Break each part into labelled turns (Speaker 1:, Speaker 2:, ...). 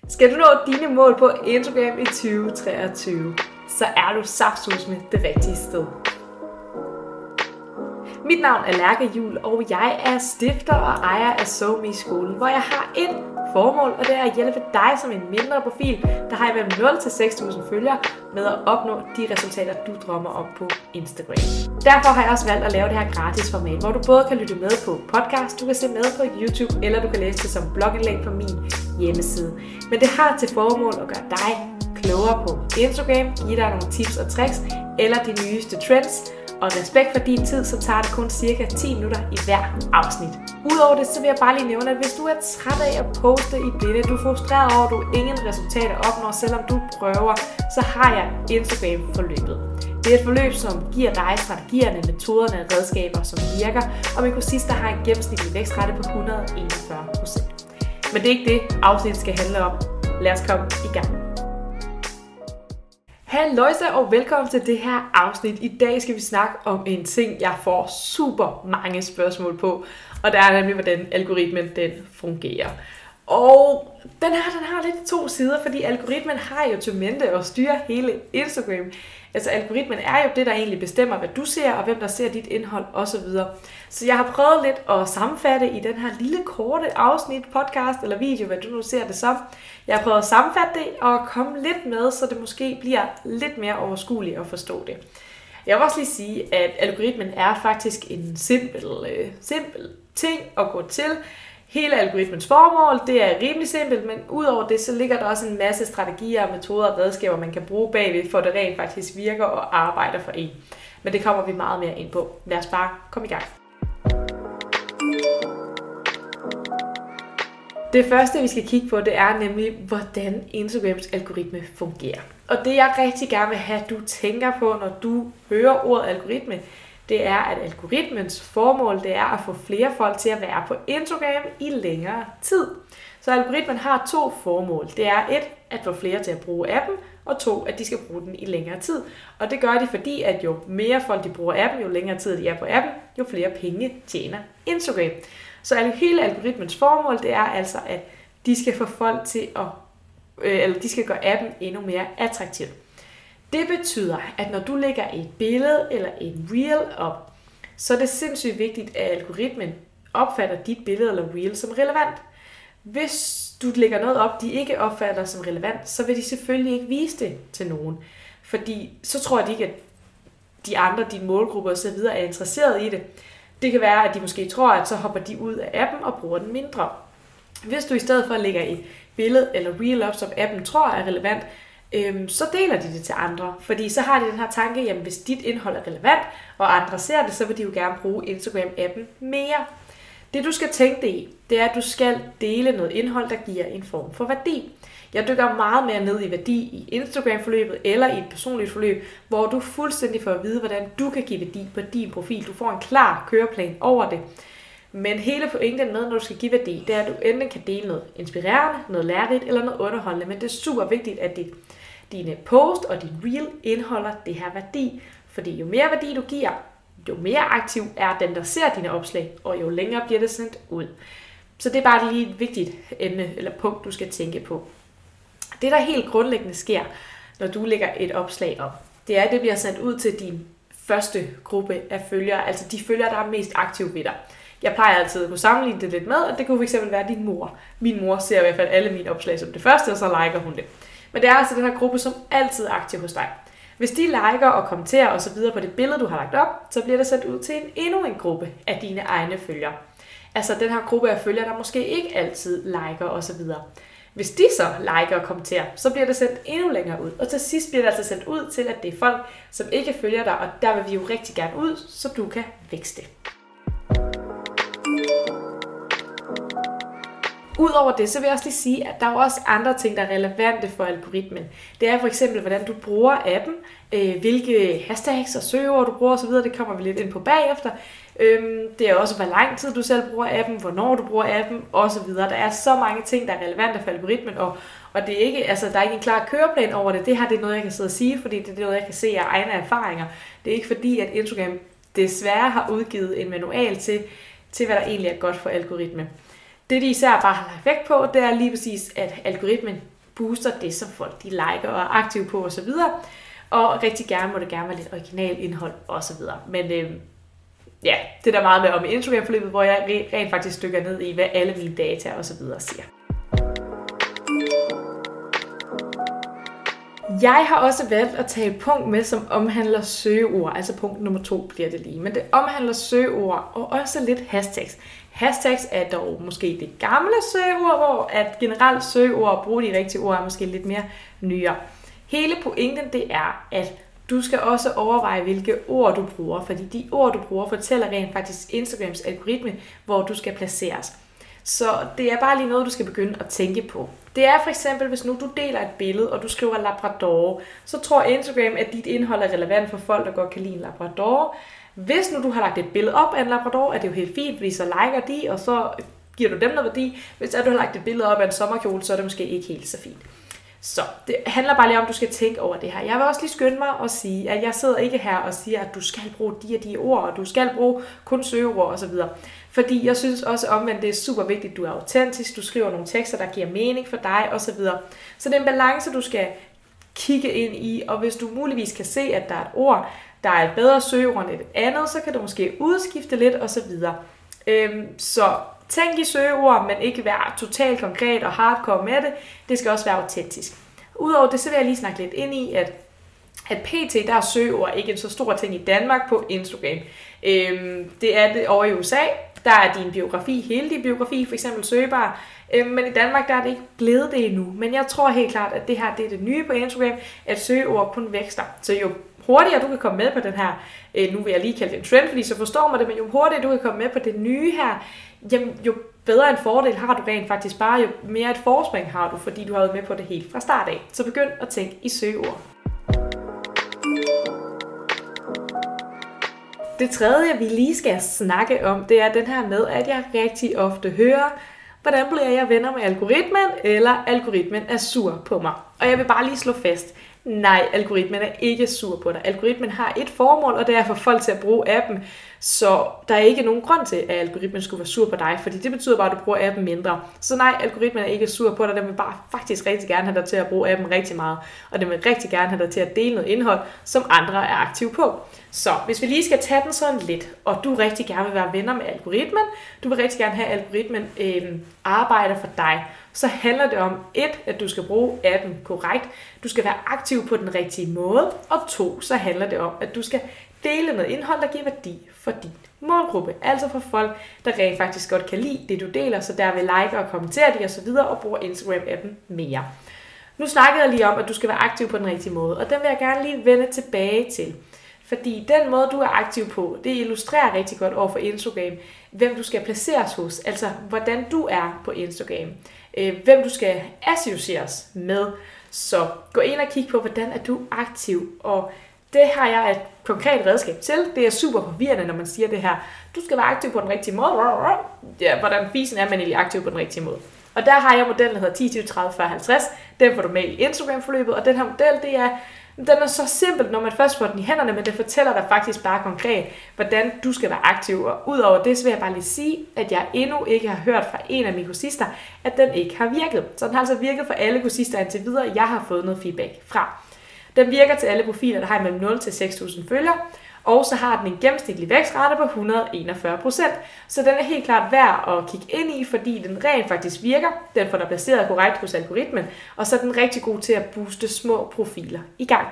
Speaker 1: Skal du nå dine mål på Instagram i 2023, så er du saftsuseme det rigtige sted. Mit navn er Lærke Juhl, og jeg er stifter og ejer af SoMe-skolen, hvor jeg har et formål, og det er at hjælpe dig som en mindre profil, der har imellem 0 til 6.000 følgere, med at opnå de resultater, du drømmer om på Instagram. Derfor har jeg også valgt at lave det her gratis format, hvor du både kan lytte med på podcast, du kan se med på YouTube, eller du kan læse det som blogindlæg på min hjemmeside. Men det har til formål at gøre dig klogere på Instagram, give dig nogle tips og tricks, eller de nyeste trends. Og respekt for din tid, så tager det kun cirka 10 minutter i hver afsnit. Udover det, så vil jeg bare lige nævne, at hvis du er træt af at poste i blinde, du er frustreret over, at du ingen resultater opnår, selvom du prøver, så har jeg Instagram-forløbet. Det er et forløb, som giver dig strategierne, metoderne og redskaber, som virker, og min kursist, der har en gennemsnitlig vækstrate på 141%. Men det er ikke det, afsnittet skal handle om. Lad os komme i gang. Halløjsa og velkommen til det her afsnit. I dag skal vi snakke om en ting, jeg får super mange spørgsmål på, og det er nemlig, hvordan algoritmen den fungerer. Og den har lidt to sider, fordi algoritmen har jo til mente at styre hele Instagram. Altså algoritmen er jo det, der egentlig bestemmer, hvad du ser, og hvem der ser dit indhold osv. Så jeg har prøvet lidt at sammenfatte i den her lille korte afsnit, podcast eller video, hvad du nu ser det som. Jeg har prøvet at sammenfatte det og komme lidt med, så det måske bliver lidt mere overskueligt at forstå det. Jeg vil også lige sige, at algoritmen er faktisk en simpel ting at gå til. Hele algoritmens formål, det er rimelig simpelt, men udover det, så ligger der også en masse strategier, metoder og redskaber, man kan bruge bagved, for at det rent faktisk virker og arbejder for en. Men det kommer vi meget mere ind på. Lad os bare komme i gang. Det første, vi skal kigge på, det er nemlig, hvordan Instagrams algoritme fungerer. Og det, jeg rigtig gerne vil have, du tænker på, når du hører ordet algoritme, det er, at algoritmens formål, det er at få flere folk til at være på Instagram i længere tid. Så algoritmen har to formål. Det er 1, at få flere til at bruge appen, og 2, at de skal bruge den i længere tid. Og det gør de, fordi at jo mere folk de bruger appen, jo længere tid de er på appen, jo flere penge tjener Instagram. Så hele algoritmens formål, det er altså, at de skal få folk til de skal gøre appen endnu mere attraktiv. Det betyder, at når du lægger et billede eller en reel op, så er det sindssygt vigtigt, at algoritmen opfatter dit billede eller reel som relevant. Hvis du lægger noget op, de ikke opfatter som relevant, så vil de selvfølgelig ikke vise det til nogen. Fordi så tror de ikke, at de andre, dine målgrupper osv. er interesseret i det. Det kan være, at de måske tror, at så hopper de ud af appen og bruger den mindre. Hvis du i stedet for lægger et billede eller reel op, som appen tror er relevant, så deler de det til andre. Fordi så har de den her tanke, jamen hvis dit indhold er relevant, og andre ser det, så vil de jo gerne bruge Instagram-appen mere. Det du skal tænke dig i, det er, at du skal dele noget indhold, der giver en form for værdi. Jeg dykker meget mere ned i værdi i Instagram-forløbet eller i et personligt forløb, hvor du fuldstændig får at vide, hvordan du kan give værdi på din profil. Du får en klar køreplan over det. Men hele pointen med, når du skal give værdi, det er, at du enten kan dele noget inspirerende, noget lærerigt eller noget underholdende. Men det er super vigtigt, at dine post og din reel indeholder det her værdi. Fordi jo mere værdi du giver, jo mere aktiv er den, der ser dine opslag, og jo længere bliver det sendt ud. Så det er bare lige et vigtigt emne eller punkt, du skal tænke på. Det, der helt grundlæggende sker, når du lægger et opslag op, det er, at det bliver sendt ud til din første gruppe af følgere, altså de følgere, der er mest aktive ved dig. Jeg plejer altid at kunne sammenligne det lidt med, og det kunne fx være din mor. Min mor ser i hvert fald alle mine opslag som det første, og så liker hun det. Men det er altså den her gruppe, som altid er aktiv hos dig. Hvis de liker og kommenterer osv. på det billede, du har lagt op, så bliver det sendt ud til endnu en gruppe af dine egne følgere. Altså den her gruppe af følgere, der måske ikke altid liker osv. Hvis de så liker og kommenterer, så bliver det sendt endnu længere ud. Og til sidst bliver det altså sendt ud til, at det er folk, som ikke følger dig, og der vil vi jo rigtig gerne ud, så du kan vækste. Udover det, så vil jeg også lige sige, at der er også andre ting, der er relevante for algoritmen. Det er for eksempel, hvordan du bruger appen, hvilke hashtags og søgeord du bruger osv. Det kommer vi lidt ind på bagefter. Det er også, hvor lang tid du selv bruger appen, hvornår du bruger appen osv. Der er så mange ting, der er relevante for algoritmen, og det er ikke, altså, der er ikke en klar køreplan over det. Det her det er noget, jeg kan sidde og sige, fordi det er noget, jeg kan se af egne erfaringer. Det er ikke fordi, at Instagram desværre har udgivet en manual til hvad der egentlig er godt for algoritmen. Det de især bare har lagt vægt på, det er lige præcis, at algoritmen booster det, som folk de liker og er aktive på osv. Og rigtig gerne må det gerne være lidt original indhold osv. Men ja, det er der meget med om i Instagram-forløbet, hvor jeg rent faktisk dykker ned i, hvad alle mine data osv. siger. Jeg har også valgt at tage et punkt med, som omhandler søgeord. Altså punkt nummer 2 bliver det lige. Men det omhandler søgeord og også lidt hashtags. Hashtags er dog måske det gamle søgeord, hvor at generelt søgeord og bruge de rigtige ord er måske lidt mere nyere. Hele pointen det er, at du skal også overveje, hvilke ord du bruger, fordi de ord, du bruger, fortæller rent faktisk Instagrams algoritme, hvor du skal placeres. Så det er bare lige noget, du skal begynde at tænke på. Det er for eksempel, hvis nu du deler et billede, og du skriver Labrador, så tror Instagram, at dit indhold er relevant for folk, der godt kan lide en Labrador. Hvis nu du har lagt et billede op af en Labrador, er det jo helt fint, fordi så liker de, og så giver du dem noget værdi. Hvis du har lagt et billede op af en sommerkjole, så er det måske ikke helt så fint. Så det handler bare lige om, at du skal tænke over det her. Jeg vil også lige skynde mig og sige, at jeg sidder ikke her og siger, at du skal bruge de og de ord, og du skal bruge kun søgeord osv. Fordi jeg synes også omvendt, det er super vigtigt, at du er autentisk, du skriver nogle tekster, der giver mening for dig osv. Så det er en balance, du skal kigge ind i, og hvis du muligvis kan se, at der er et ord, der er et bedre søgeord end et andet, så kan du måske udskifte lidt osv. Så tænk i søgeord, men ikke være totalt konkret og hardcore med det. Det skal også være autentisk. Udover det, så vil jeg lige snakke lidt ind i, at pt. Der er søgeord ikke en så stor ting i Danmark på Instagram. Det er det over i USA. Der er din biografi, hele din biografi for eksempel søgbar. Men i Danmark der er det ikke blevet det endnu. Men jeg tror helt klart, at det her det er det nye på Instagram, at søgeord kun vækster. Så jo hurtigere du kan komme med på den her, nu vil jeg lige kalde det en trend, fordi så forstår man det, men jo hurtigere du kan komme med på det nye her, jamen, jo bedre en fordel har du rent faktisk bare, jo mere et forspring har du, fordi du har været med på det helt fra start af. Så begynd at tænke i søgeord. Det tredje, vi lige skal snakke om, det er den her med, at jeg rigtig ofte hører, hvordan bliver jeg venner med algoritmen, eller algoritmen er sur på mig. Og jeg vil bare lige slå fast, nej, algoritmen er ikke sur på dig. Algoritmen har et formål, og det er at få folk til at bruge appen, så der er ikke nogen grund til, at algoritmen skulle være sur på dig, fordi det betyder bare, at du bruger appen mindre. Så nej, algoritmen er ikke sur på dig, den vil bare faktisk rigtig gerne have dig til at bruge appen rigtig meget, og den vil rigtig gerne have dig til at dele noget indhold, som andre er aktive på. Så hvis vi lige skal tage den sådan lidt, og du rigtig gerne vil være venner med algoritmen, du vil rigtig gerne have, at algoritmen arbejder for dig, så handler det om 1, at du skal bruge appen korrekt, du skal være aktiv på den rigtige måde, og 2, så handler det om, at du skal dele noget indhold, der giver værdi for din målgruppe, altså for folk, der rent faktisk godt kan lide det, du deler, så der vil like og kommentere det osv. og bruger Instagram-appen mere. Nu snakkede jeg lige om, at du skal være aktiv på den rigtige måde, og den vil jeg gerne lige vende tilbage til. Fordi den måde, du er aktiv på, det illustrerer rigtig godt over for Instagram, hvem du skal placeres hos, altså hvordan du er på Instagram, hvem du skal associeres med. Så gå ind og kig på, hvordan er du aktiv, og det har jeg et konkret redskab til. Det er super forvirrende, når man siger det her. Du skal være aktiv på den rigtige måde. Ja, hvordan fisen er man egentlig aktiv på den rigtige måde. Og der har jeg modellen, der hedder 10, 20, 30, 40, 50. Den får du med i Instagram-forløbet, og den her model, den er så simpel, når man først får den i hænderne, men det fortæller dig faktisk bare konkret, hvordan du skal være aktiv. Og udover det, så vil jeg bare lige sige, at jeg endnu ikke har hørt fra en af mine kursister, at den ikke har virket. Så den har altså virket for alle kursister indtil videre, jeg har fået noget feedback fra. Den virker til alle profiler, der har mellem 0 til 6.000 følgere, og så har den en gennemsnitlig vækstrate på 141%. Så den er helt klart værd at kigge ind i, fordi den rent faktisk virker. Den får dig placeret korrekt hos algoritmen, og så er den rigtig god til at booste små profiler i gang.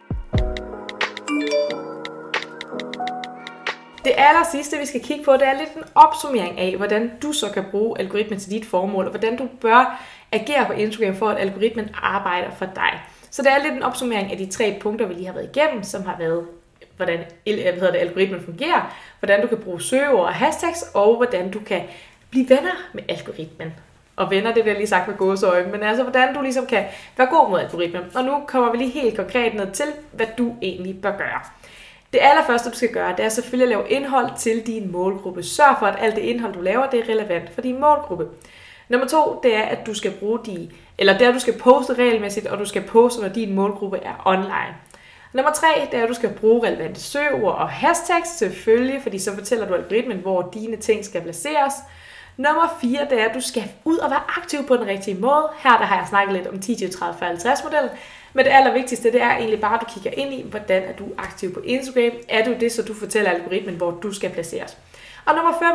Speaker 1: Det aller sidste, vi skal kigge på, det er lidt en opsummering af, hvordan du så kan bruge algoritmen til dit formål, og hvordan du bør agere på Instagram for, at algoritmen arbejder for dig. Så det er lidt en opsummering af de 3 punkter, vi lige har været igennem, som har været, hvordan algoritmen fungerer, hvordan du kan bruge søgeord og hashtags, og hvordan du kan blive venner med algoritmen. Og venner, det bliver lige sagt med gåseøjne, men altså hvordan du ligesom kan være god mod algoritmen. Og nu kommer vi lige helt konkret ned til, hvad du egentlig bør gøre. Det allerførste, du skal gøre, det er selvfølgelig at lave indhold til din målgruppe. Sørg for, at alt det indhold, du laver, det er relevant for din målgruppe. Nummer 2, det er, at du skal du skal poste regelmæssigt, og du skal poste, når din målgruppe er online. Nummer 3, det er, at du skal bruge relevante søgeord og hashtags, selvfølgelig, fordi så fortæller du algoritmen, hvor dine ting skal placeres. Nummer 4, det er, at du skal ud og være aktiv på den rigtige måde. Her der har jeg snakket lidt om 10, 20, 30, 40, 50 modellen. Men det allervigtigste, det er egentlig bare, at du kigger ind i, hvordan er du aktiv på Instagram. Er du det, så du fortæller algoritmen, hvor du skal placeres. Og nummer 5,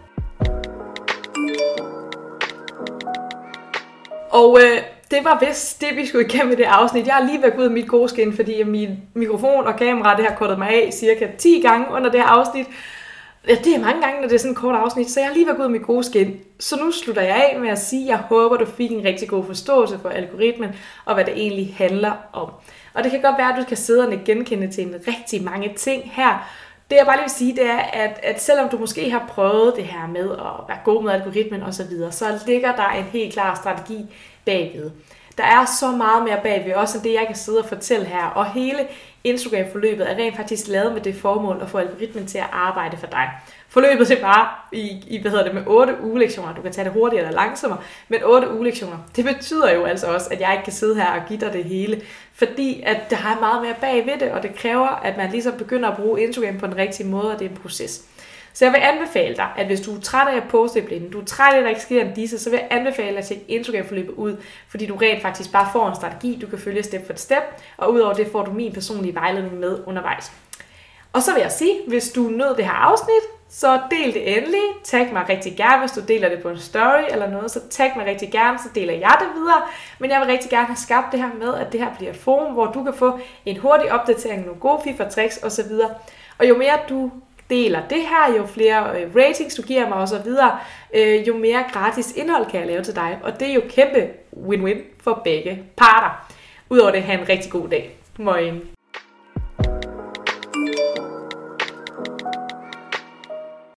Speaker 1: det var vist det, vi skulle igennem i det afsnit. Jeg har lige været ud af mit gode skin, fordi min mikrofon og kamera, det har kortet mig af cirka 10 gange under det her afsnit. Ja, det er mange gange, når det er sådan et kort afsnit, så jeg har lige været ud af mit gode skin. Så nu slutter jeg af med at sige, at jeg håber, du fik en rigtig god forståelse for algoritmen, og hvad det egentlig handler om. Og det kan godt være, at du kan sidde og genkende til en rigtig mange ting her. Det jeg bare lige vil sige, det er, at selvom du måske har prøvet det her med at være god med algoritmen osv., så ligger der en helt klar strategi bagved. Der er så meget mere bagved, også end det, jeg kan sidde og fortælle her. Og hele Instagram-forløbet er rent faktisk lavet med det formål at få algoritmen til at arbejde for dig. Forløbet er bare med 8 ugelektioner. Du kan tage det hurtigere eller langsommere, men 8 ugelektioner. Det betyder jo altså også, at jeg ikke kan sidde her og give dig det hele. Fordi at der er meget mere bagved det, og det kræver, at man ligesom begynder at bruge Instagram på den rigtige måde, og det er en proces. Så jeg vil anbefale dig, at hvis du er træt af at poste i blinden, du er træt af, at der ikke sker en disse, så vil jeg anbefale dig at tjekke Instagram-forløbet ud, fordi du rent faktisk bare får en strategi, du kan følge step for step, og udover det får du min personlige vejledning med undervejs. Og så vil jeg sige, hvis du nød det her afsnit, så del det endelig. Tag mig rigtig gerne, hvis du deler det på en story eller noget, så tag mig rigtig gerne, så deler jeg det videre. Men jeg vil rigtig gerne have skabt det her med, at det her bliver et forum, hvor du kan få en hurtig opdatering, nogle gode fif og tricks osv. Og jo mere du deler det her, jo flere ratings du giver mig og så videre, jo mere gratis indhold kan jeg lave til dig. Og det er jo kæmpe win-win for begge parter. Udover det, have en rigtig god dag. Moin.